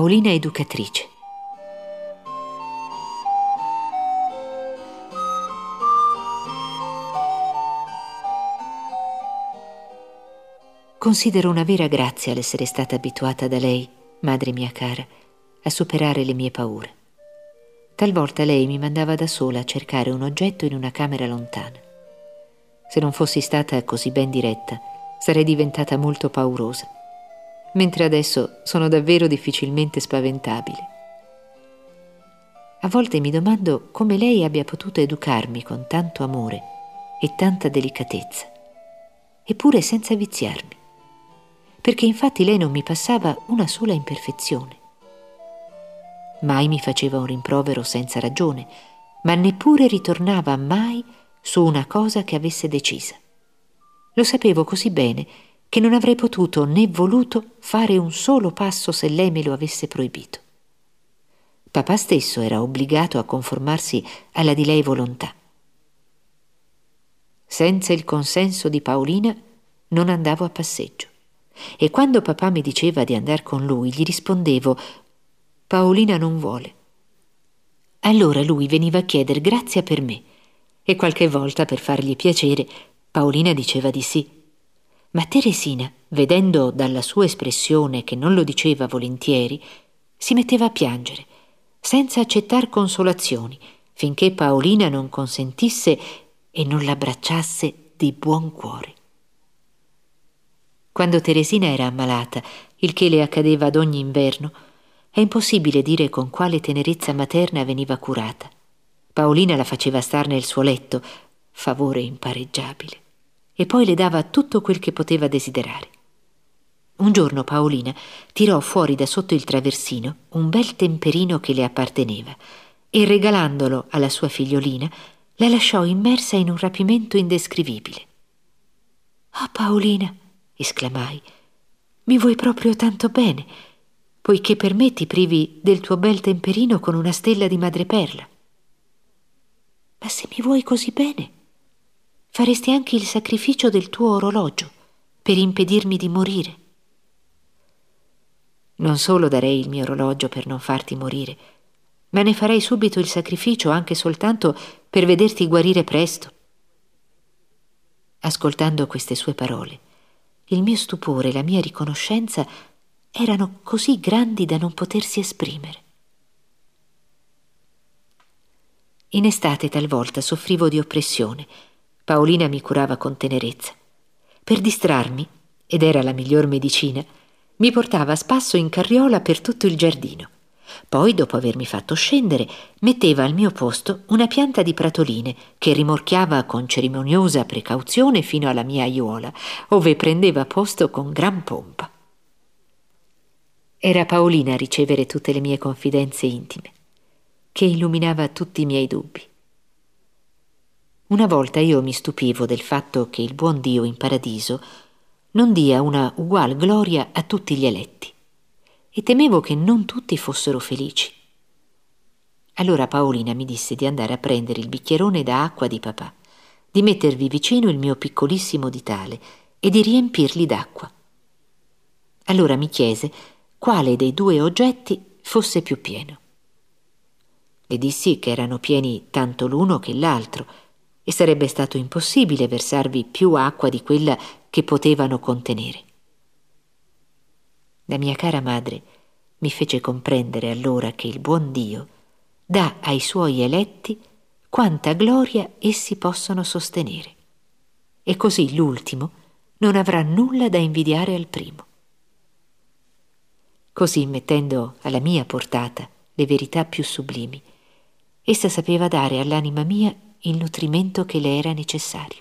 Paolina educatrice. Considero una vera grazia l'essere stata abituata da lei, madre mia cara, a superare le mie paure. Talvolta lei mi mandava da sola a cercare un oggetto in una camera lontana. Se non fossi stata così ben diretta, sarei diventata molto paurosa, mentre adesso sono davvero difficilmente spaventabile. A volte mi domando come lei abbia potuto educarmi con tanto amore e tanta delicatezza, eppure senza viziarmi, perché infatti lei non mi passava una sola imperfezione. Mai mi faceva un rimprovero senza ragione, ma neppure ritornava mai su una cosa che avesse decisa. Lo sapevo così bene che non avrei potuto né voluto fare un solo passo se lei me lo avesse proibito. Papà stesso era obbligato a conformarsi alla di lei volontà. Senza il consenso di Paolina non andavo a passeggio, e quando papà mi diceva di andar con lui gli rispondevo: Paolina non vuole. Allora lui veniva a chieder grazia per me, e qualche volta, per fargli piacere, Paolina diceva di sì. Ma Teresina, vedendo dalla sua espressione che non lo diceva volentieri, si metteva a piangere, senza accettar consolazioni, finché Paolina non consentisse e non l'abbracciasse di buon cuore. Quando Teresina era ammalata, il che le accadeva ad ogni inverno, è impossibile dire con quale tenerezza materna veniva curata. Paolina la faceva star nel suo letto, favore impareggiabile, e poi le dava tutto quel che poteva desiderare. Un giorno Paolina tirò fuori da sotto il traversino un bel temperino che le apparteneva e, regalandolo alla sua figliolina, la lasciò immersa in un rapimento indescrivibile. «Ah, Paolina!» esclamai, «mi vuoi proprio tanto bene, poiché per me ti privi del tuo bel temperino con una stella di madreperla. Ma se mi vuoi così bene, faresti anche il sacrificio del tuo orologio per impedirmi di morire». «Non solo darei il mio orologio per non farti morire, ma ne farei subito il sacrificio anche soltanto per vederti guarire presto». Ascoltando queste sue parole, il mio stupore e la mia riconoscenza erano così grandi da non potersi esprimere. In estate talvolta soffrivo di oppressione. Paolina mi curava con tenerezza. Per distrarmi, ed era la miglior medicina, mi portava a spasso in carriola per tutto il giardino. Poi, dopo avermi fatto scendere, metteva al mio posto una pianta di pratoline che rimorchiava con cerimoniosa precauzione fino alla mia aiuola, ove prendeva posto con gran pompa. Era Paolina a ricevere tutte le mie confidenze intime, che illuminava tutti i miei dubbi. Una volta io mi stupivo del fatto che il buon Dio in paradiso non dia una ugual gloria a tutti gli eletti, e temevo che non tutti fossero felici. Allora Paolina mi disse di andare a prendere il bicchierone d'acqua di papà, di mettervi vicino il mio piccolissimo ditale e di riempirli d'acqua. Allora mi chiese quale dei due oggetti fosse più pieno. Le dissi che erano pieni tanto l'uno che l'altro e sarebbe stato impossibile versarvi più acqua di quella che potevano contenere. La mia cara madre mi fece comprendere allora che il buon Dio dà ai suoi eletti quanta gloria essi possono sostenere, e così l'ultimo non avrà nulla da invidiare al primo. Così, mettendo alla mia portata le verità più sublimi, essa sapeva dare all'anima mia il nutrimento che le era necessario.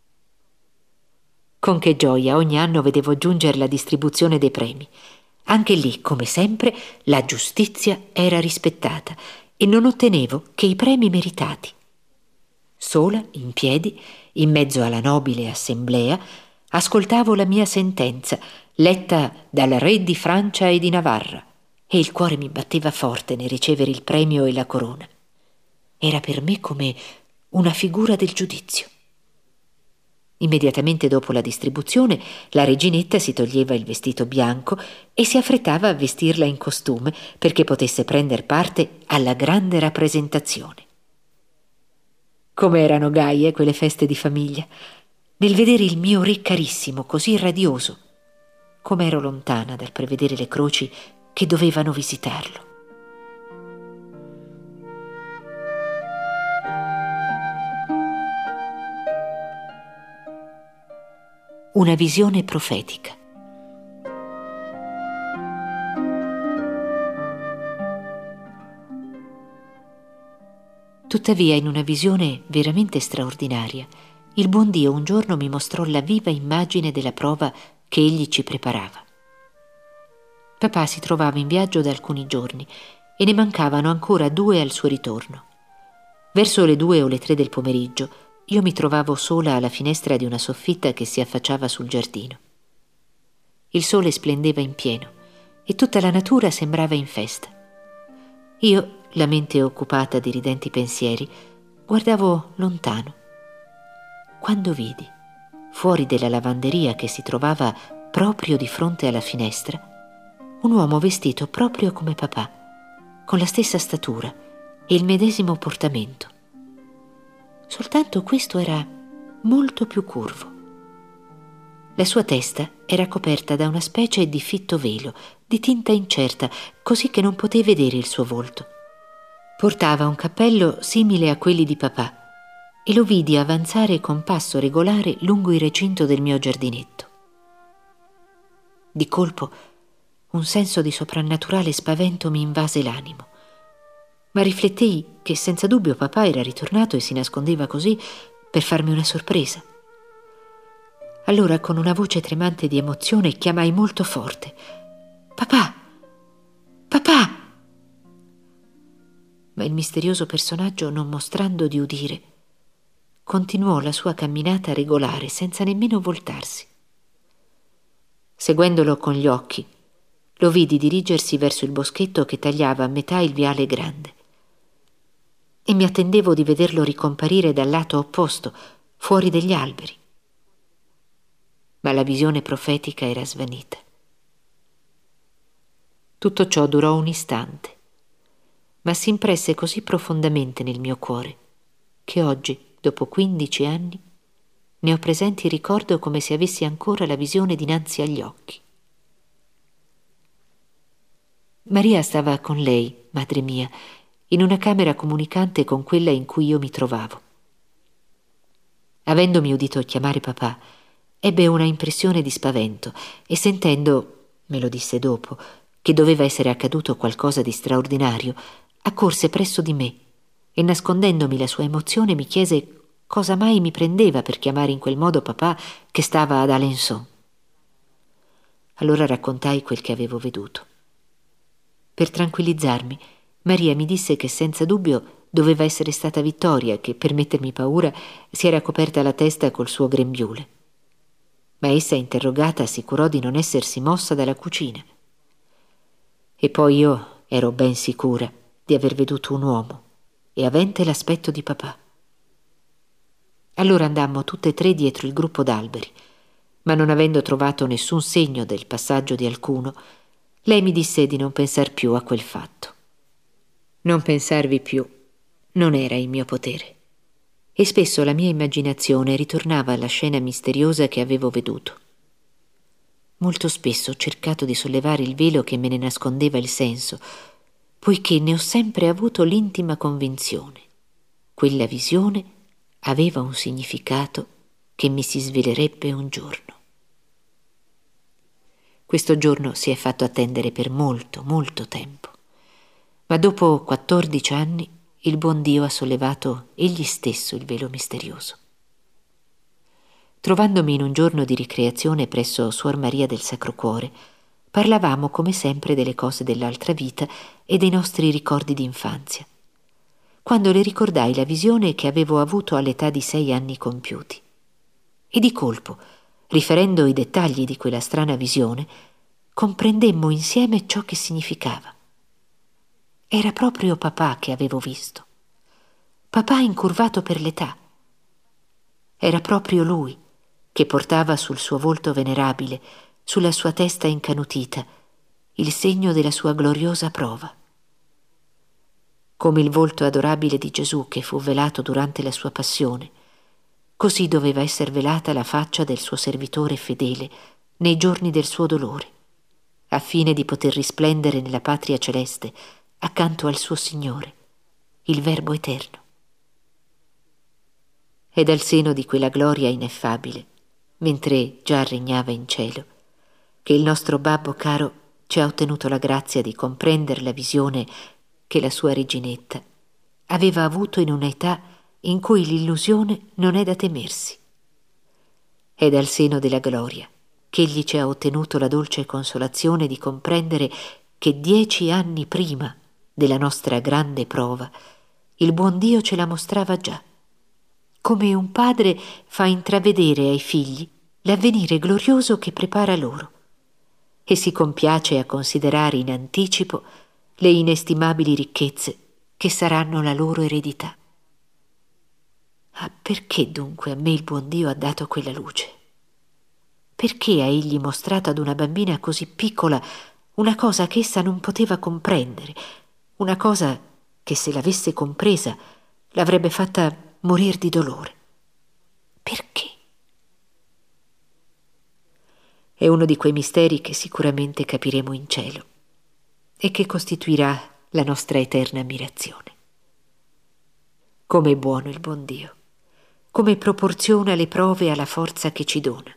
Con che gioia ogni anno vedevo giungere la distribuzione dei premi. Anche lì, come sempre, la giustizia era rispettata e non ottenevo che i premi meritati. Sola, in piedi, in mezzo alla nobile assemblea, ascoltavo la mia sentenza, letta dal re di Francia e di Navarra, e il cuore mi batteva forte nel ricevere il premio e la corona. Era per me come una figura del giudizio. Immediatamente dopo la distribuzione, la reginetta si toglieva il vestito bianco e si affrettava a vestirla in costume perché potesse prender parte alla grande rappresentazione. Come erano gaie quelle feste di famiglia, nel vedere il mio re carissimo così radioso. Come ero lontana dal prevedere le croci che dovevano visitarlo. Una visione profetica. Tuttavia, in una visione veramente straordinaria, il buon Dio un giorno mi mostrò la viva immagine della prova che egli ci preparava. Papà si trovava in viaggio da alcuni giorni e ne mancavano ancora 2 al suo ritorno. Verso le 2 o le 3 del pomeriggio io mi trovavo sola alla finestra di una soffitta che si affacciava sul giardino. Il sole splendeva in pieno e tutta la natura sembrava in festa. Io, la mente occupata di ridenti pensieri, guardavo lontano. Quando vidi, fuori della lavanderia che si trovava proprio di fronte alla finestra, un uomo vestito proprio come papà, con la stessa statura e il medesimo portamento. Soltanto questo era molto più curvo. La sua testa era coperta da una specie di fitto velo, di tinta incerta, così che non potei vedere il suo volto. Portava un cappello simile a quelli di papà e lo vidi avanzare con passo regolare lungo il recinto del mio giardinetto. Di colpo un senso di soprannaturale spavento mi invase l'animo, ma riflettei che senza dubbio papà era ritornato e si nascondeva così per farmi una sorpresa. Allora, con una voce tremante di emozione, chiamai molto forte: «Papà! Papà!» Ma il misterioso personaggio, non mostrando di udire, continuò la sua camminata regolare senza nemmeno voltarsi. Seguendolo con gli occhi, lo vidi dirigersi verso il boschetto che tagliava a metà il viale grande e mi attendevo di vederlo ricomparire dal lato opposto, fuori degli alberi. Ma la visione profetica era svanita. Tutto ciò durò un istante, ma si impresse così profondamente nel mio cuore che oggi, dopo 15 anni, ne ho presenti il ricordo come se avessi ancora la visione dinanzi agli occhi. Maria stava con lei, madre mia, in una camera comunicante con quella in cui io mi trovavo. Avendomi udito chiamare papà, ebbe una impressione di spavento e sentendo, me lo disse dopo, che doveva essere accaduto qualcosa di straordinario, accorse presso di me e, nascondendomi la sua emozione, mi chiese cosa mai mi prendeva per chiamare in quel modo papà che stava ad Alençon. Allora raccontai quel che avevo veduto. Per tranquillizzarmi, Maria mi disse che senza dubbio doveva essere stata Vittoria che, per mettermi paura, si era coperta la testa col suo grembiule. Ma essa, interrogata, assicurò di non essersi mossa dalla cucina. E poi io ero ben sicura di aver veduto un uomo e avente l'aspetto di papà. Allora andammo tutte e 3 dietro il gruppo d'alberi, ma non avendo trovato nessun segno del passaggio di alcuno, lei mi disse di non pensar più a quel fatto. Non pensarvi più non era in mio potere, e spesso la mia immaginazione ritornava alla scena misteriosa che avevo veduto. Molto spesso ho cercato di sollevare il velo che me ne nascondeva il senso, poiché ne ho sempre avuto l'intima convinzione. Quella visione aveva un significato che mi si svelerebbe un giorno. Questo giorno si è fatto attendere per molto, molto tempo. Ma dopo 14 anni il buon Dio ha sollevato egli stesso il velo misterioso. Trovandomi in un giorno di ricreazione presso Suor Maria del Sacro Cuore, parlavamo come sempre delle cose dell'altra vita e dei nostri ricordi d'infanzia, quando le ricordai la visione che avevo avuto all'età di 6 anni compiuti. E di colpo, riferendo i dettagli di quella strana visione, comprendemmo insieme ciò che significava. Era proprio papà che avevo visto. Papà incurvato per l'età. Era proprio lui, che portava sul suo volto venerabile, sulla sua testa incanutita, il segno della sua gloriosa prova. Come il volto adorabile di Gesù che fu velato durante la sua passione, così doveva essere velata la faccia del suo servitore fedele nei giorni del suo dolore, a fine di poter risplendere nella patria celeste accanto al suo Signore, il Verbo eterno. È dal seno di quella gloria ineffabile, mentre già regnava in cielo, che il nostro babbo caro ci ha ottenuto la grazia di comprendere la visione che la sua reginetta aveva avuto in un'età in cui l'illusione non è da temersi. È dal seno della gloria che egli ci ha ottenuto la dolce consolazione di comprendere che 10 anni prima della nostra grande prova il buon Dio ce la mostrava già, come un padre fa intravedere ai figli l'avvenire glorioso che prepara loro, e si compiace a considerare in anticipo le inestimabili ricchezze che saranno la loro eredità. Ah, perché dunque a me il buon Dio ha dato quella luce? Perché ha egli mostrato ad una bambina così piccola una cosa che essa non poteva comprendere, una cosa che se l'avesse compresa l'avrebbe fatta morir di dolore? Perché? È uno di quei misteri che sicuramente capiremo in cielo e che costituirà la nostra eterna ammirazione. Come è buono il buon Dio, come proporziona le prove alla forza che ci dona.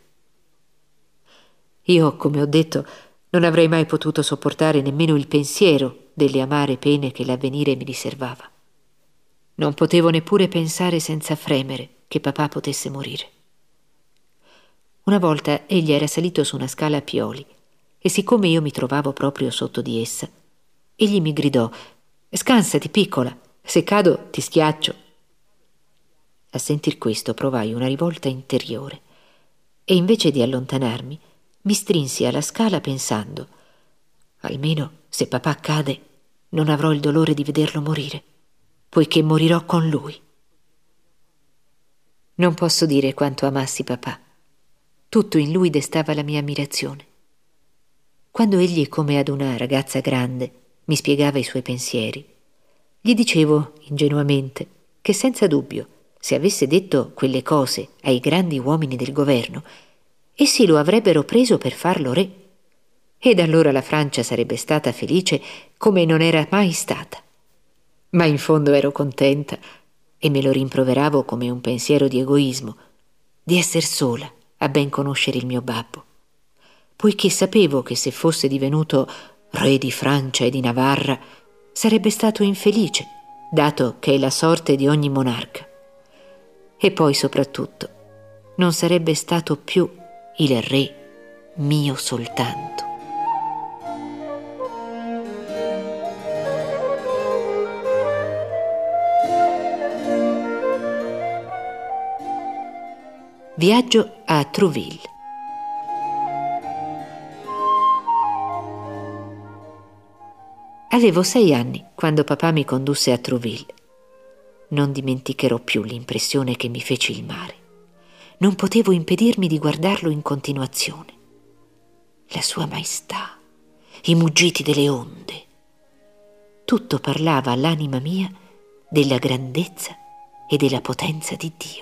Io, come ho detto, non avrei mai potuto sopportare nemmeno il pensiero delle amare pene che l'avvenire mi riservava. Non potevo neppure pensare senza fremere che papà potesse morire. Una volta egli era salito su una scala a pioli e siccome io mi trovavo proprio sotto di essa, egli mi gridò: «Scansati, piccola, se cado ti schiaccio». A sentir questo provai una rivolta interiore e invece di allontanarmi mi strinsi alla scala pensando: almeno se papà cade non avrò il dolore di vederlo morire, poiché morirò con lui. Non posso dire quanto amassi papà. Tutto in lui destava la mia ammirazione. Quando egli, come ad una ragazza grande, mi spiegava i suoi pensieri, gli dicevo ingenuamente che senza dubbio, se avesse detto quelle cose ai grandi uomini del governo, essi lo avrebbero preso per farlo re, ed allora la Francia sarebbe stata felice come non era mai stata. Ma in fondo ero contenta e me lo rimproveravo come un pensiero di egoismo, di esser sola a ben conoscere il mio babbo, poiché sapevo che se fosse divenuto re di Francia e di Navarra sarebbe stato infelice, dato che è la sorte di ogni monarca. E poi soprattutto non sarebbe stato più il re mio soltanto. Viaggio a Trouville. Avevo 6 anni quando papà mi condusse a Trouville. Non dimenticherò più l'impressione che mi fece il mare. Non potevo impedirmi di guardarlo in continuazione. La sua maestà, i muggiti delle onde. Tutto parlava all'anima mia della grandezza e della potenza di Dio.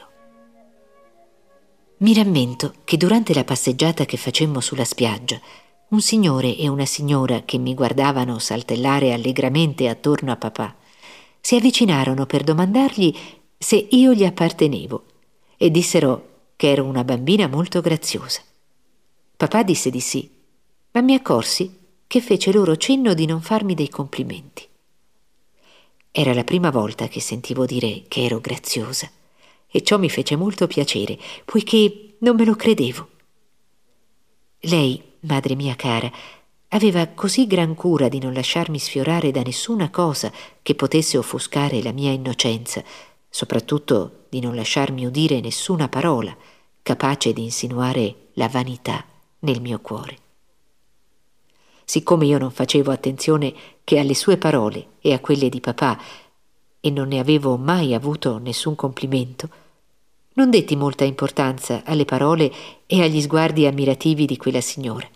Mi rammento che durante la passeggiata che facemmo sulla spiaggia, un signore e una signora che mi guardavano saltellare allegramente attorno a papà si avvicinarono per domandargli se io gli appartenevo e dissero che ero una bambina molto graziosa. Papà disse di sì, ma mi accorsi che fece loro cenno di non farmi dei complimenti. Era la prima volta che sentivo dire che ero graziosa e ciò mi fece molto piacere, poiché non me lo credevo. Lei, madre mia cara, aveva così gran cura di non lasciarmi sfiorare da nessuna cosa che potesse offuscare la mia innocenza, soprattutto di non lasciarmi udire nessuna parola capace di insinuare la vanità nel mio cuore. Siccome io non facevo attenzione che alle sue parole e a quelle di papà e non ne avevo mai avuto nessun complimento, Non detti molta importanza alle parole e agli sguardi ammirativi di quella signora.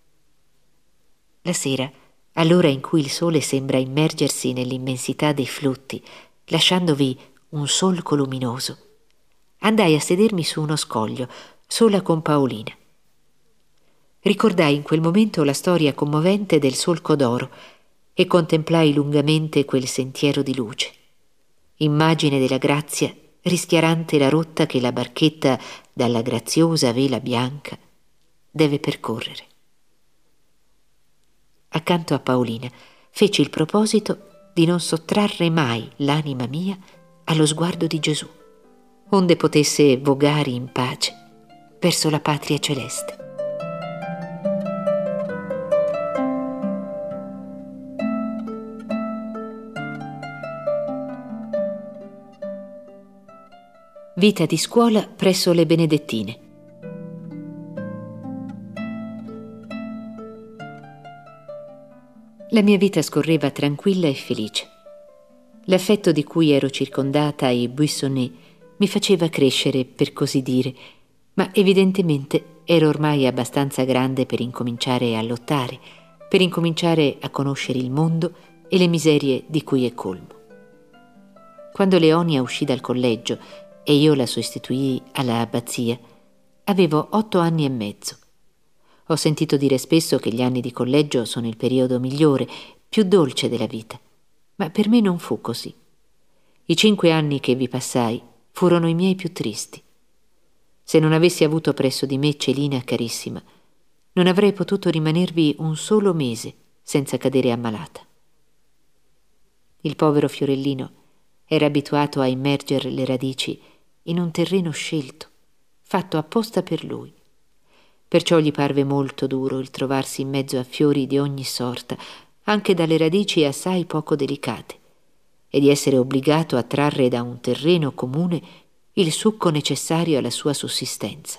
La sera, all'ora in cui il sole sembra immergersi nell'immensità dei flutti, lasciandovi un solco luminoso, andai a sedermi su uno scoglio, sola con Paolina. Ricordai in quel momento la storia commovente del solco d'oro e contemplai lungamente quel sentiero di luce, immagine della grazia rischiarante la rotta che la barchetta dalla graziosa vela bianca deve percorrere. Accanto a Paolina feci il proposito di non sottrarre mai l'anima mia allo sguardo di Gesù, onde potesse vogare in pace verso la patria celeste. Vita di scuola presso le Benedettine. La mia vita scorreva tranquilla e felice. L'affetto di cui ero circondata ai Buissonnet mi faceva crescere, per così dire, ma evidentemente ero ormai abbastanza grande per incominciare a lottare, per incominciare a conoscere il mondo e le miserie di cui è colmo. Quando Leonia uscì dal collegio e io la sostituii alla abbazia, avevo 8 anni e mezzo. Ho sentito dire spesso che gli anni di collegio sono il periodo migliore, più dolce della vita, ma per me non fu così. I 5 anni che vi passai furono i miei più tristi. Se non avessi avuto presso di me Celina carissima, non avrei potuto rimanervi un solo mese senza cadere ammalata. Il povero fiorellino era abituato a immergere le radici in un terreno scelto, fatto apposta per lui. Perciò gli parve molto duro il trovarsi in mezzo a fiori di ogni sorta, anche dalle radici assai poco delicate, e di essere obbligato a trarre da un terreno comune il succo necessario alla sua sussistenza.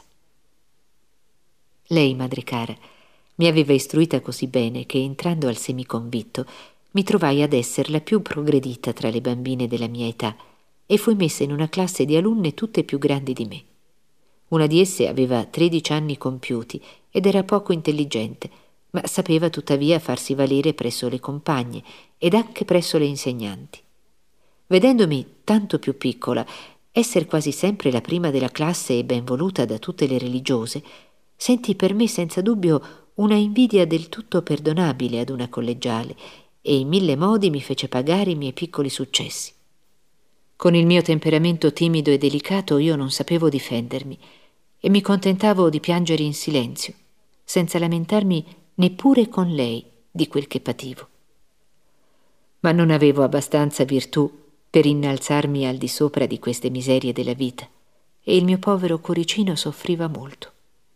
Lei, madre cara, mi aveva istruita così bene che, entrando al semiconvitto, mi trovai ad esser la più progredita tra le bambine della mia età e fui messa in una classe di alunne tutte più grandi di me. Una di esse aveva 13 anni compiuti ed era poco intelligente, ma sapeva tuttavia farsi valere presso le compagne ed anche presso le insegnanti. Vedendomi tanto più piccola, esser quasi sempre la prima della classe e ben voluta da tutte le religiose, sentii per me senza dubbio una invidia del tutto perdonabile ad una collegiale e in 1000 modi mi fece pagare i miei piccoli successi. Con il mio temperamento timido e delicato io non sapevo difendermi e mi contentavo di piangere in silenzio, senza lamentarmi neppure con lei di quel che pativo. Ma non avevo abbastanza virtù per innalzarmi al di sopra di queste miserie della vita e il mio povero cuoricino soffriva molto.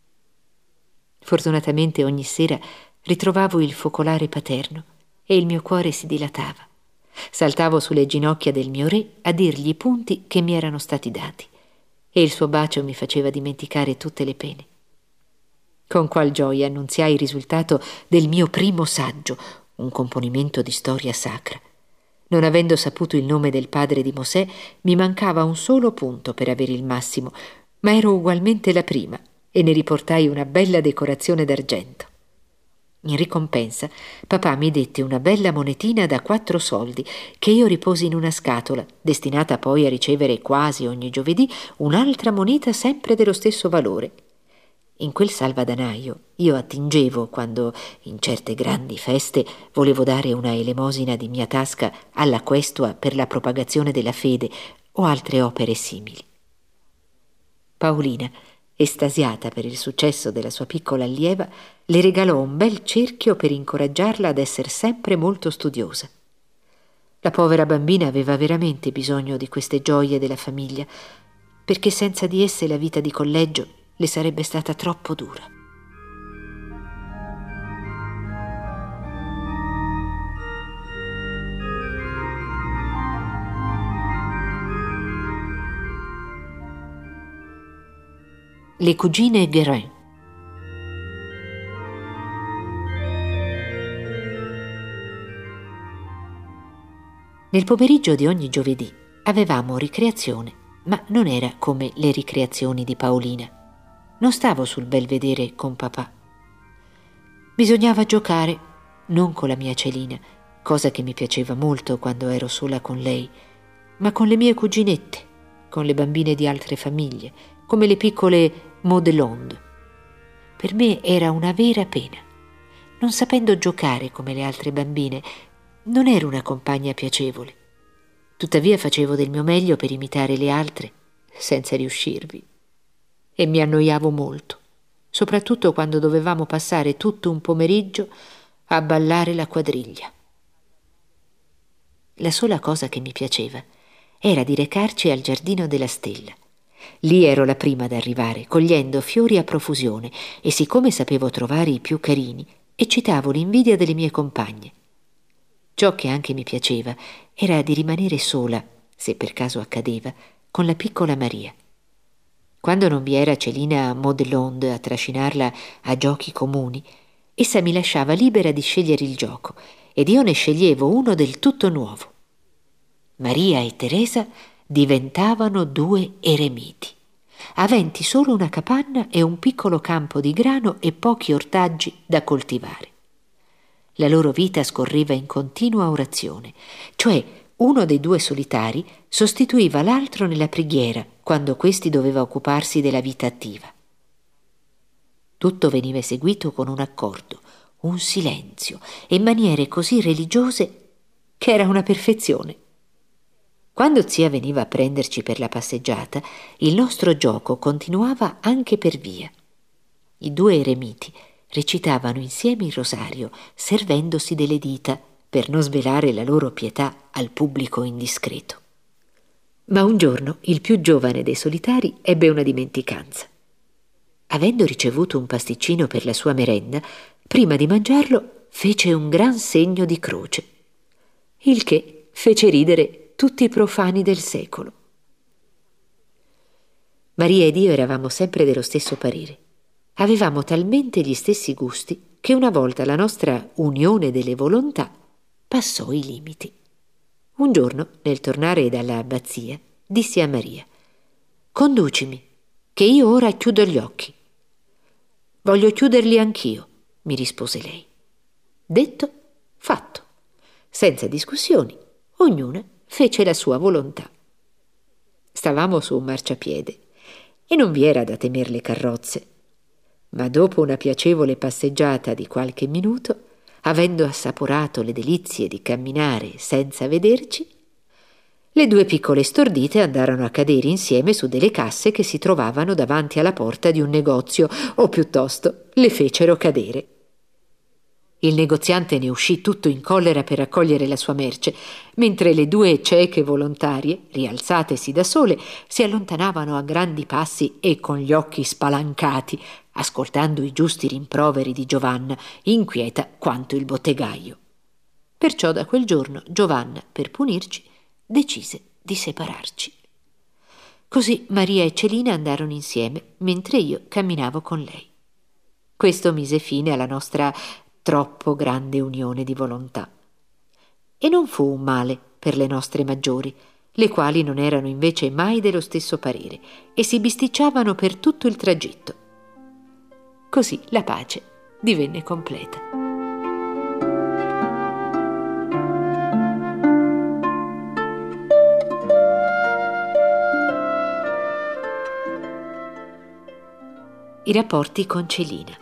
Fortunatamente ogni sera ritrovavo il focolare paterno e il mio cuore si dilatava. Saltavo sulle ginocchia del mio re a dirgli i punti che mi erano stati dati e il suo bacio mi faceva dimenticare tutte le pene. Con qual gioia annunziai il risultato del mio primo saggio, un componimento di storia sacra. Non avendo saputo il nome del padre di Mosè, mi mancava un solo punto per avere il massimo, ma ero ugualmente la prima e ne riportai una bella decorazione d'argento. In ricompensa, papà mi dette una bella monetina da 4 soldi che io riposi in una scatola, destinata poi a ricevere quasi ogni giovedì un'altra moneta sempre dello stesso valore. In quel salvadanaio io attingevo quando, in certe grandi feste, volevo dare una elemosina di mia tasca alla questua per la propagazione della fede o altre opere simili. Paolina, estasiata per il successo della sua piccola allieva, le regalò un bel cerchio per incoraggiarla ad essere sempre molto studiosa. La povera bambina aveva veramente bisogno di queste gioie della famiglia, perché senza di esse la vita di collegio le sarebbe stata troppo dura. Le cugine Guérin. Nel pomeriggio di ogni giovedì avevamo ricreazione ma non era come le ricreazioni di Paolina. Non stavo sul belvedere con papà. Bisognava giocare, non con la mia Celina, cosa che mi piaceva molto quando ero sola con lei, ma con le mie cuginette, con le bambine di altre famiglie, come le piccole Modelonde. Per me era una vera pena. Non sapendo giocare come le altre bambine, non ero una compagna piacevole. Tuttavia facevo del mio meglio per imitare le altre, senza riuscirvi. E mi annoiavo molto, soprattutto quando dovevamo passare tutto un pomeriggio a ballare la quadriglia. La sola cosa che mi piaceva era di recarci al Giardino della Stella. Lì ero la prima ad arrivare, cogliendo fiori a profusione, e siccome sapevo trovare i più carini, eccitavo l'invidia delle mie compagne. Ciò che anche mi piaceva era di rimanere sola, se per caso accadeva, con la piccola Maria. Quando non vi era Celina Modelonde a trascinarla a giochi comuni, essa mi lasciava libera di scegliere il gioco, ed io ne sceglievo uno del tutto nuovo. Maria e Teresa diventavano due eremiti, aventi solo una capanna e un piccolo campo di grano e pochi ortaggi da coltivare. La loro vita scorreva in continua orazione, cioè uno dei due solitari sostituiva l'altro nella preghiera quando questi doveva occuparsi della vita attiva. Tutto veniva eseguito con un accordo, un silenzio e maniere così religiose che era una perfezione. Quando zia veniva a prenderci per la passeggiata, il nostro gioco continuava anche per via. I due eremiti recitavano insieme il rosario, servendosi delle dita per non svelare la loro pietà al pubblico indiscreto. Ma un giorno il più giovane dei solitari ebbe una dimenticanza. Avendo ricevuto un pasticcino per la sua merenda, prima di mangiarlo fece un gran segno di croce, il che fece ridere tutti i profani del secolo. Maria ed io eravamo sempre dello stesso parere. Avevamo talmente gli stessi gusti che una volta la nostra unione delle volontà passò i limiti. Un giorno, nel tornare dalla abbazia, dissi a Maria: «Conducimi, che io ora chiudo gli occhi». «Voglio chiuderli anch'io», mi rispose lei. Detto, fatto. Senza discussioni, ognuna fece la sua volontà. Stavamo su un marciapiede e non vi era da temer le carrozze, ma dopo una piacevole passeggiata di qualche minuto, avendo assaporato le delizie di camminare senza vederci, le due piccole stordite andarono a cadere insieme su delle casse che si trovavano davanti alla porta di un negozio, o piuttosto le fecero cadere. Il negoziante ne uscì tutto in collera per raccogliere la sua merce, mentre le due cieche volontarie, rialzatesi da sole, si allontanavano a grandi passi e con gli occhi spalancati, ascoltando i giusti rimproveri di Giovanna, inquieta quanto il bottegaio. Perciò da quel giorno Giovanna, per punirci, decise di separarci. Così Maria e Celina andarono insieme, mentre io camminavo con lei. Questo mise fine alla nostra troppo grande unione di volontà. E non fu un male per le nostre maggiori, le quali non erano invece mai dello stesso parere e si bisticciavano per tutto il tragitto. Così la pace divenne completa. I rapporti con Celina.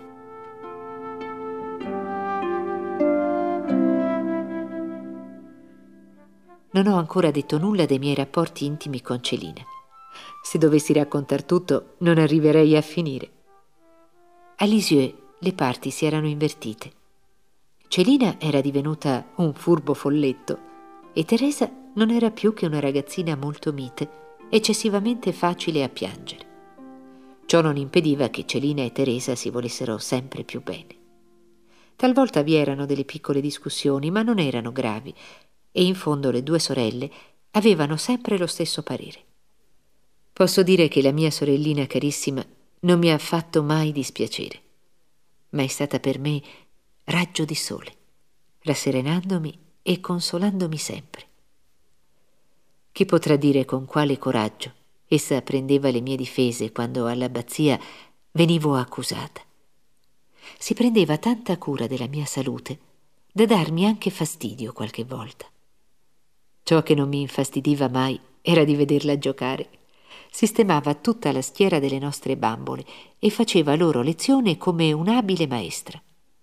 Non ho ancora detto nulla dei miei rapporti intimi con Celina. Se dovessi raccontar tutto, non arriverei a finire. A Lisieux le parti si erano invertite. Celina era divenuta un furbo folletto e Teresa non era più che una ragazzina molto mite, eccessivamente facile a piangere. Ciò non impediva che Celina e Teresa si volessero sempre più bene. Talvolta vi erano delle piccole discussioni, ma non erano gravi, e in fondo le due sorelle avevano sempre lo stesso parere. Posso dire che la mia sorellina carissima non mi ha fatto mai dispiacere, ma è stata per me raggio di sole, rasserenandomi e consolandomi sempre. Chi potrà dire con quale coraggio Essa prendeva le mie difese quando all'abbazia venivo accusata. Si prendeva tanta cura della mia salute da darmi anche fastidio qualche volta. Ciò che non mi infastidiva mai era di vederla giocare. Sistemava tutta la schiera delle nostre bambole e faceva loro lezione come un'abile maestra.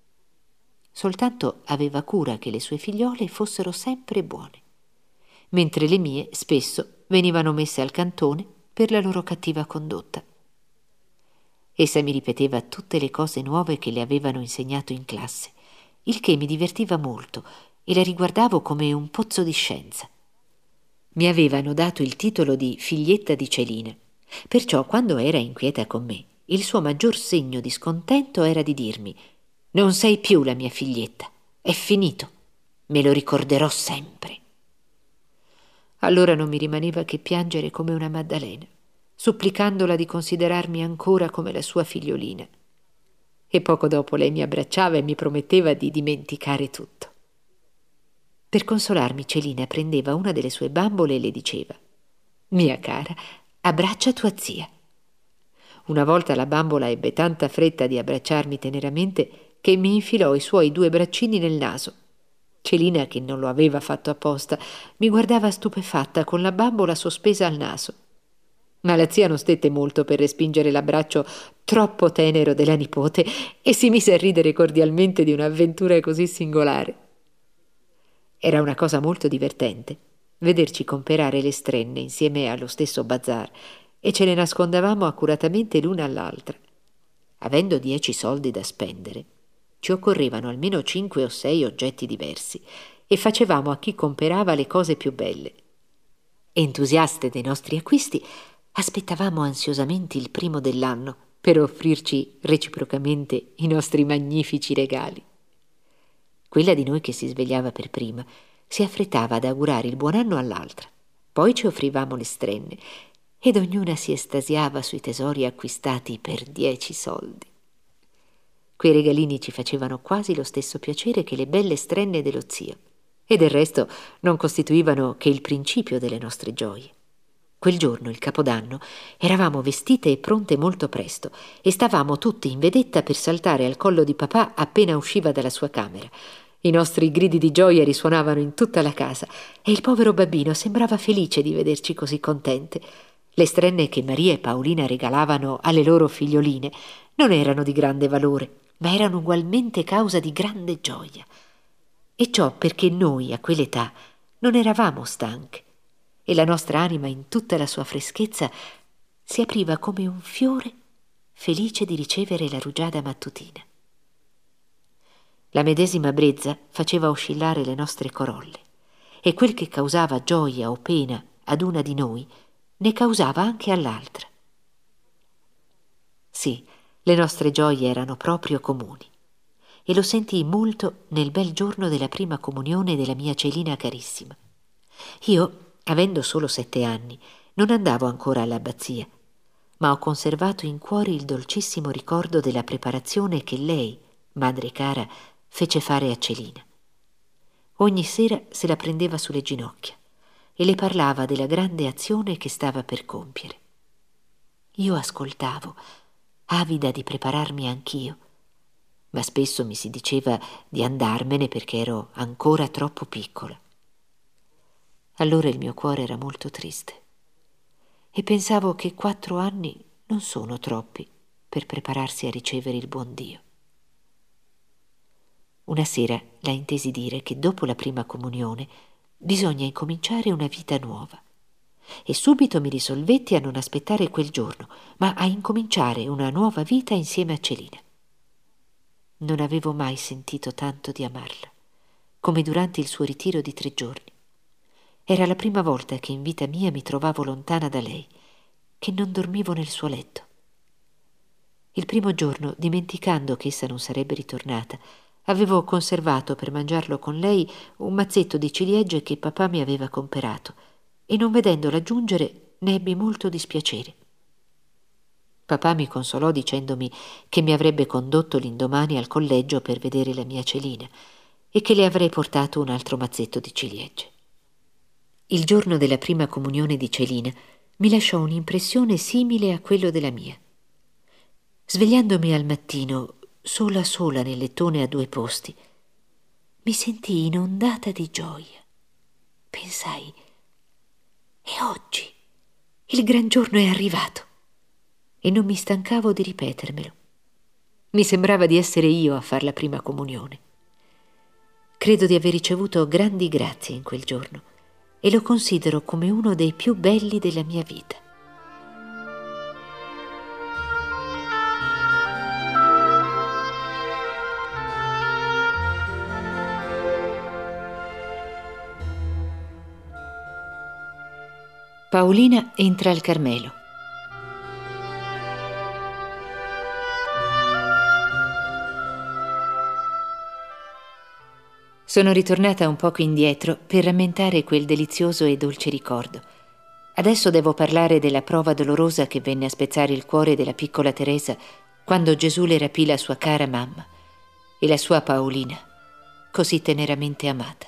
Soltanto aveva cura che le sue figliole fossero sempre buone, mentre le mie spesso venivano messe al cantone per la loro cattiva condotta. Essa mi ripeteva tutte le cose nuove che le avevano insegnato in classe, il che mi divertiva molto e la riguardavo come un pozzo di scienza. Mi avevano dato il titolo di figlietta di Celina, perciò quando era inquieta con me, il suo maggior segno di scontento era di dirmi: «Non sei più la mia figlietta, è finito, me lo ricorderò sempre». Allora non mi rimaneva che piangere come una Maddalena, supplicandola di considerarmi ancora come la sua figliolina. E poco dopo lei mi abbracciava e mi prometteva di dimenticare tutto. Per consolarmi, Celina prendeva una delle sue bambole e le diceva: «Mia cara, abbraccia tua zia». Una volta la bambola ebbe tanta fretta di abbracciarmi teneramente che mi infilò i suoi 2 braccini nel naso. Celina, che non lo aveva fatto apposta, mi guardava stupefatta con la bambola sospesa al naso. Ma la zia non stette molto per respingere l'abbraccio troppo tenero della nipote e si mise a ridere cordialmente di un'avventura così singolare. Era una cosa molto divertente vederci comperare le strenne insieme allo stesso bazar e ce le nascondevamo accuratamente l'una all'altra. Avendo 10 soldi da spendere, ci occorrevano almeno 5 o 6 oggetti diversi e facevamo a chi comperava le cose più belle. Entusiaste dei nostri acquisti, aspettavamo ansiosamente il primo dell'anno per offrirci reciprocamente i nostri magnifici regali. Quella di noi che si svegliava per prima si affrettava ad augurare il buon anno all'altra. Poi ci offrivamo le strenne ed ognuna si estasiava sui tesori acquistati per 10 soldi. Quei regalini ci facevano quasi lo stesso piacere che le belle strenne dello zio e del resto non costituivano che il principio delle nostre gioie. Quel giorno, il Capodanno, eravamo vestite e pronte molto presto e stavamo tutte in vedetta per saltare al collo di papà appena usciva dalla sua camera. I nostri gridi di gioia risuonavano in tutta la casa e il povero babbino sembrava felice di vederci così contente. Le strenne che Maria e Paolina regalavano alle loro figlioline non erano di grande valore, ma erano ugualmente causa di grande gioia. E ciò perché noi, a quell'età, non eravamo stanche e la nostra anima in tutta la sua freschezza si apriva come un fiore felice di ricevere la rugiada mattutina. La medesima brezza faceva oscillare le nostre corolle e quel che causava gioia o pena ad una di noi ne causava anche all'altra. Sì, le nostre gioie erano proprio comuni e lo sentii molto nel bel giorno della prima comunione della mia Celina carissima. Io, avendo solo 7 anni, non andavo ancora all'abbazia, ma ho conservato in cuore il dolcissimo ricordo della preparazione che lei, madre cara, fece fare a Celina. Ogni sera se la prendeva sulle ginocchia e le parlava della grande azione che stava per compiere. Io ascoltavo, avida di prepararmi anch'io, ma spesso mi si diceva di andarmene perché ero ancora troppo piccola. Allora il mio cuore era molto triste e pensavo che 4 anni non sono troppi per prepararsi a ricevere il buon Dio. Una sera la intesi dire che dopo la prima comunione bisogna incominciare una vita nuova e subito mi risolvetti a non aspettare quel giorno, ma a incominciare una nuova vita insieme a Celina. Non avevo mai sentito tanto di amarla come durante il suo ritiro di 3 giorni. Era la prima volta che in vita mia mi trovavo lontana da lei, che non dormivo nel suo letto. Il primo giorno, dimenticando che essa non sarebbe ritornata, avevo conservato per mangiarlo con lei un mazzetto di ciliegie che papà mi aveva comperato e non vedendola giungere ne ebbi molto dispiacere. Papà mi consolò dicendomi che mi avrebbe condotto l'indomani al collegio per vedere la mia Celina e che le avrei portato un altro mazzetto di ciliegie. Il giorno della prima comunione di Celina mi lasciò un'impressione simile a quello della mia. Svegliandomi al mattino, sola sola nel lettone a due posti, mi sentii inondata di gioia. Pensai, e oggi il gran giorno è arrivato, e non mi stancavo di ripetermelo. Mi sembrava di essere io a far la prima comunione. Credo di aver ricevuto grandi grazie in quel giorno e lo considero come uno dei più belli della mia vita. Paolina entra al Carmelo. Sono ritornata un poco indietro per rammentare quel delizioso e dolce ricordo. Adesso devo parlare della prova dolorosa che venne a spezzare il cuore della piccola Teresa quando Gesù le rapì la sua cara mamma e la sua Paolina, così teneramente amata.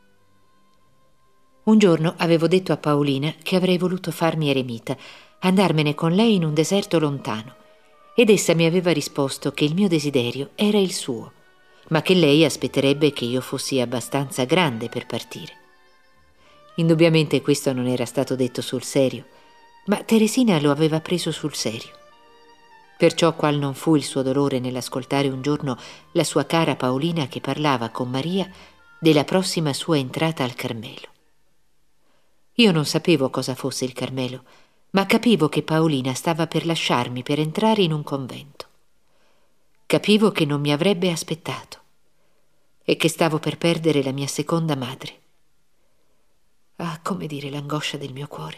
Un giorno avevo detto a Paolina che avrei voluto farmi eremita, andarmene con lei in un deserto lontano, ed essa mi aveva risposto che il mio desiderio era il suo, ma che lei aspetterebbe che io fossi abbastanza grande per partire. Indubbiamente questo non era stato detto sul serio, ma Teresina lo aveva preso sul serio. Perciò qual non fu il suo dolore nell'ascoltare un giorno la sua cara Paolina che parlava con Maria della prossima sua entrata al Carmelo. Io non sapevo cosa fosse il Carmelo, ma capivo che Paolina stava per lasciarmi per entrare in un convento. Capivo che non mi avrebbe aspettato e che stavo per perdere la mia seconda madre. Ah, come dire l'angoscia del mio cuore.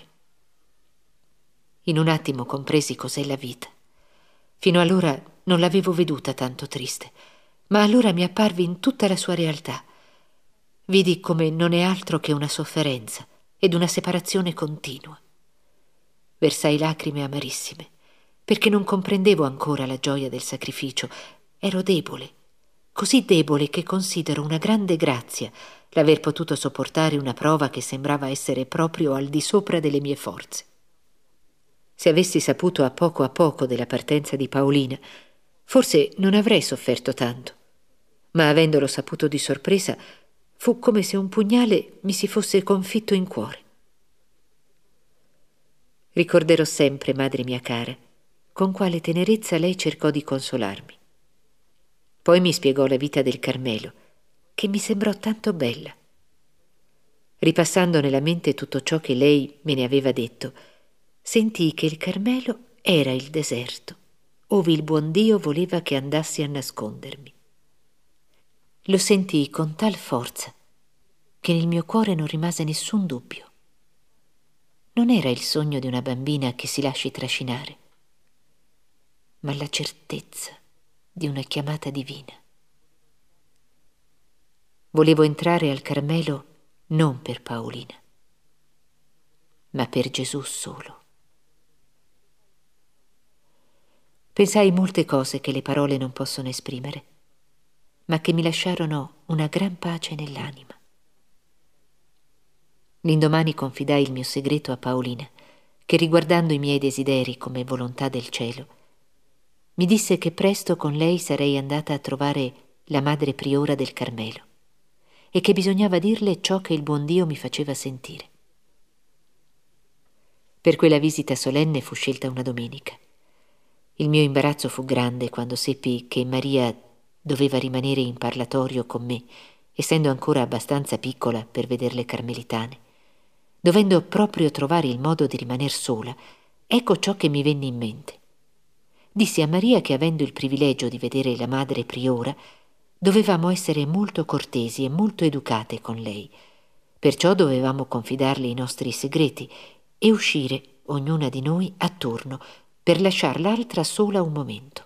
In un attimo compresi cos'è la vita. Fino allora non l'avevo veduta tanto triste, ma allora mi apparve in tutta la sua realtà. Vidi come non è altro che una sofferenza ed una separazione continua. Versai lacrime amarissime, perché non comprendevo ancora la gioia del sacrificio. Ero debole, così debole che considero una grande grazia l'aver potuto sopportare una prova che sembrava essere proprio al di sopra delle mie forze. Se avessi saputo a poco della partenza di Paolina, forse non avrei sofferto tanto, ma avendolo saputo di sorpresa, fu come se un pugnale mi si fosse confitto in cuore. Ricorderò sempre, madre mia cara, con quale tenerezza lei cercò di consolarmi. Poi mi spiegò la vita del Carmelo, che mi sembrò tanto bella. Ripassando nella mente tutto ciò che lei me ne aveva detto, sentii che il Carmelo era il deserto, ove il buon Dio voleva che andassi a nascondermi. Lo sentii con tal forza che nel mio cuore non rimase nessun dubbio. Non era il sogno di una bambina che si lasci trascinare, ma la certezza di una chiamata divina. Volevo entrare al Carmelo non per Paolina, ma per Gesù solo. Pensai molte cose che le parole non possono esprimere, ma che mi lasciarono una gran pace nell'anima. L'indomani confidai il mio segreto a Paolina, che riguardando i miei desideri come volontà del cielo, mi disse che presto con lei sarei andata a trovare la madre priora del Carmelo e che bisognava dirle ciò che il buon Dio mi faceva sentire. Per quella visita solenne fu scelta una domenica. Il mio imbarazzo fu grande quando seppi che Maria doveva rimanere in parlatorio con me, essendo ancora abbastanza piccola per veder le carmelitane. Dovendo proprio trovare il modo di rimaner sola, ecco ciò che mi venne in mente. Dissi a Maria che, avendo il privilegio di vedere la madre priora, dovevamo essere molto cortesi e molto educate con lei, perciò dovevamo confidarle i nostri segreti e uscire, ognuna di noi, a turno, per lasciar l'altra sola un momento.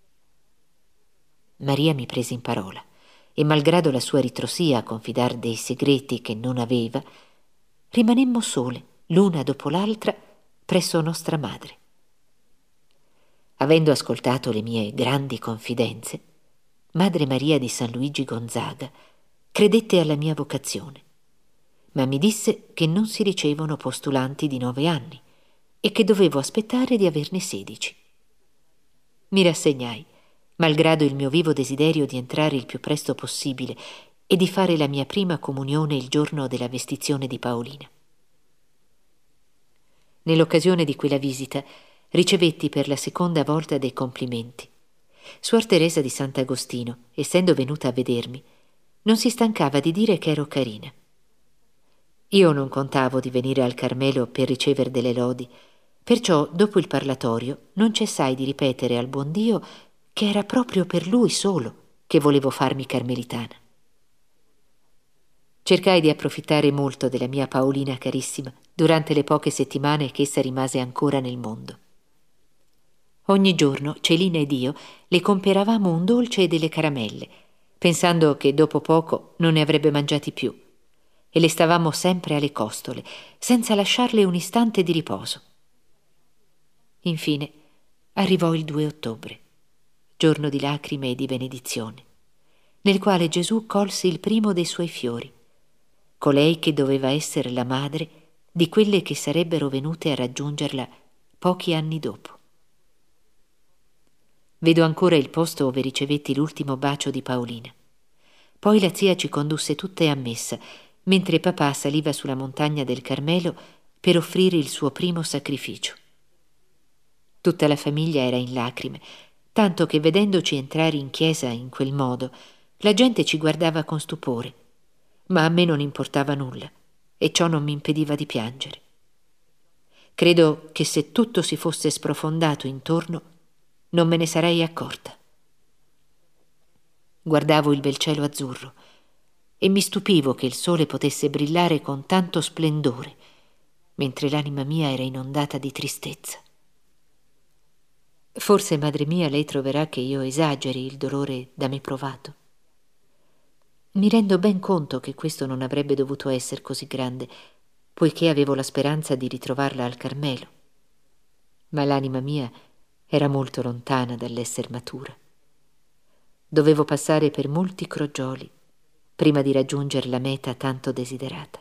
Maria mi prese in parola e, malgrado la sua ritrosia a confidar dei segreti che non aveva, rimanemmo sole, l'una dopo l'altra, presso nostra madre. Avendo ascoltato le mie grandi confidenze, Madre Maria di San Luigi Gonzaga credette alla mia vocazione, ma mi disse che non si ricevono postulanti di 9 anni e che dovevo aspettare di averne 16. Mi rassegnai, malgrado il mio vivo desiderio di entrare il più presto possibile e di fare la mia prima comunione il giorno della vestizione di Paolina. Nell'occasione di quella visita ricevetti per la seconda volta dei complimenti. Suor Teresa di Sant'Agostino, essendo venuta a vedermi, non si stancava di dire che ero carina. Io non contavo di venire al Carmelo per ricever delle lodi, perciò dopo il parlatorio non cessai di ripetere al buon Dio che era proprio per lui solo che volevo farmi carmelitana. Cercai di approfittare molto della mia Paolina carissima durante le poche settimane che essa rimase ancora nel mondo. Ogni giorno Celina ed io le comperavamo un dolce e delle caramelle, pensando che dopo poco non ne avrebbe mangiati più, e le stavamo sempre alle costole, senza lasciarle un istante di riposo. Infine arrivò il 2 ottobre, giorno di lacrime e di benedizione, nel quale Gesù colse il primo dei suoi fiori, colei che doveva essere la madre di quelle che sarebbero venute a raggiungerla pochi anni dopo. Vedo ancora il posto ove ricevetti l'ultimo bacio di Paolina. Poi la zia ci condusse tutte a messa, mentre papà saliva sulla montagna del Carmelo per offrire il suo primo sacrificio. Tutta la famiglia era in lacrime, tanto che vedendoci entrare in chiesa in quel modo, la gente ci guardava con stupore, ma a me non importava nulla e ciò non mi impediva di piangere. Credo che se tutto si fosse sprofondato intorno non me ne sarei accorta. Guardavo il bel cielo azzurro e mi stupivo che il sole potesse brillare con tanto splendore, mentre l'anima mia era inondata di tristezza. Forse, madre mia, lei troverà che io esageri il dolore da me provato. Mi rendo ben conto che questo non avrebbe dovuto essere così grande, poiché avevo la speranza di ritrovarla al Carmelo. Ma l'anima mia era molto lontana dall'esser matura. Dovevo passare per molti crogioli prima di raggiungere la meta tanto desiderata.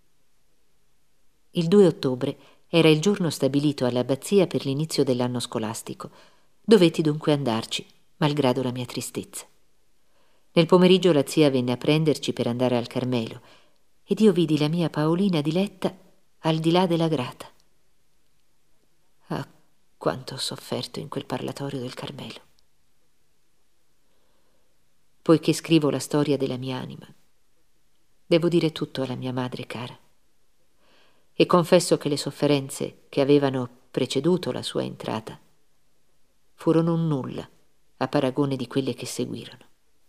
Il 2 ottobre era il giorno stabilito all'abbazia per l'inizio dell'anno scolastico. Dovetti dunque andarci, malgrado la mia tristezza. Nel pomeriggio la zia venne a prenderci per andare al Carmelo ed io vidi la mia Paolina diletta al di là della grata. Ah, quanto ho sofferto in quel parlatorio del Carmelo. Poiché scrivo la storia della mia anima, devo dire tutto alla mia madre cara. E confesso che le sofferenze che avevano preceduto la sua entrata furono un nulla a paragone di quelle che seguirono.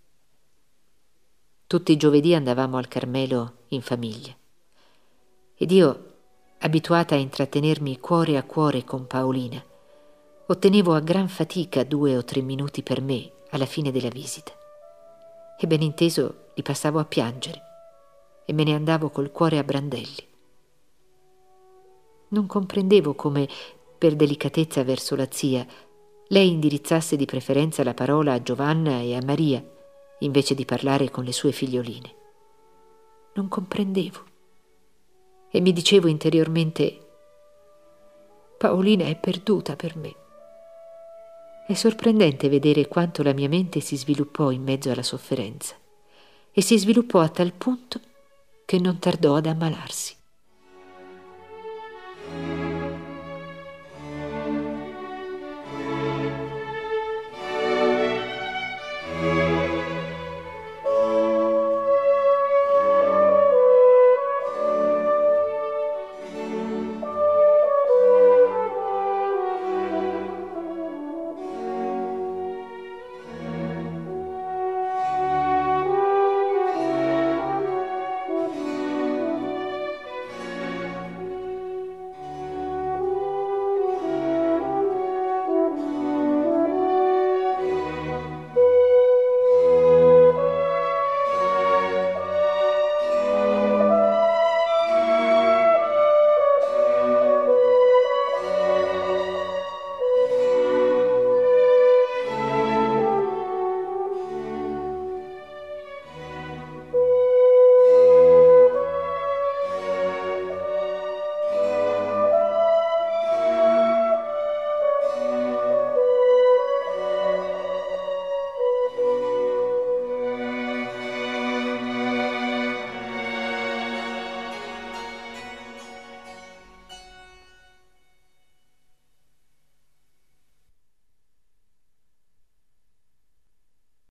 Tutti i giovedì andavamo al Carmelo in famiglia ed io, abituata a intrattenermi cuore a cuore con Paolina, ottenevo a gran fatica 2 o 3 minuti per me alla fine della visita e ben inteso li passavo a piangere e me ne andavo col cuore a brandelli. Non comprendevo come, per delicatezza verso la zia, lei indirizzasse di preferenza la parola a Giovanna e a Maria invece di parlare con le sue figlioline. Non comprendevo e mi dicevo interiormente: Paolina è perduta per me. È sorprendente vedere quanto la mia mente si sviluppò in mezzo alla sofferenza e si sviluppò a tal punto che non tardò ad ammalarsi.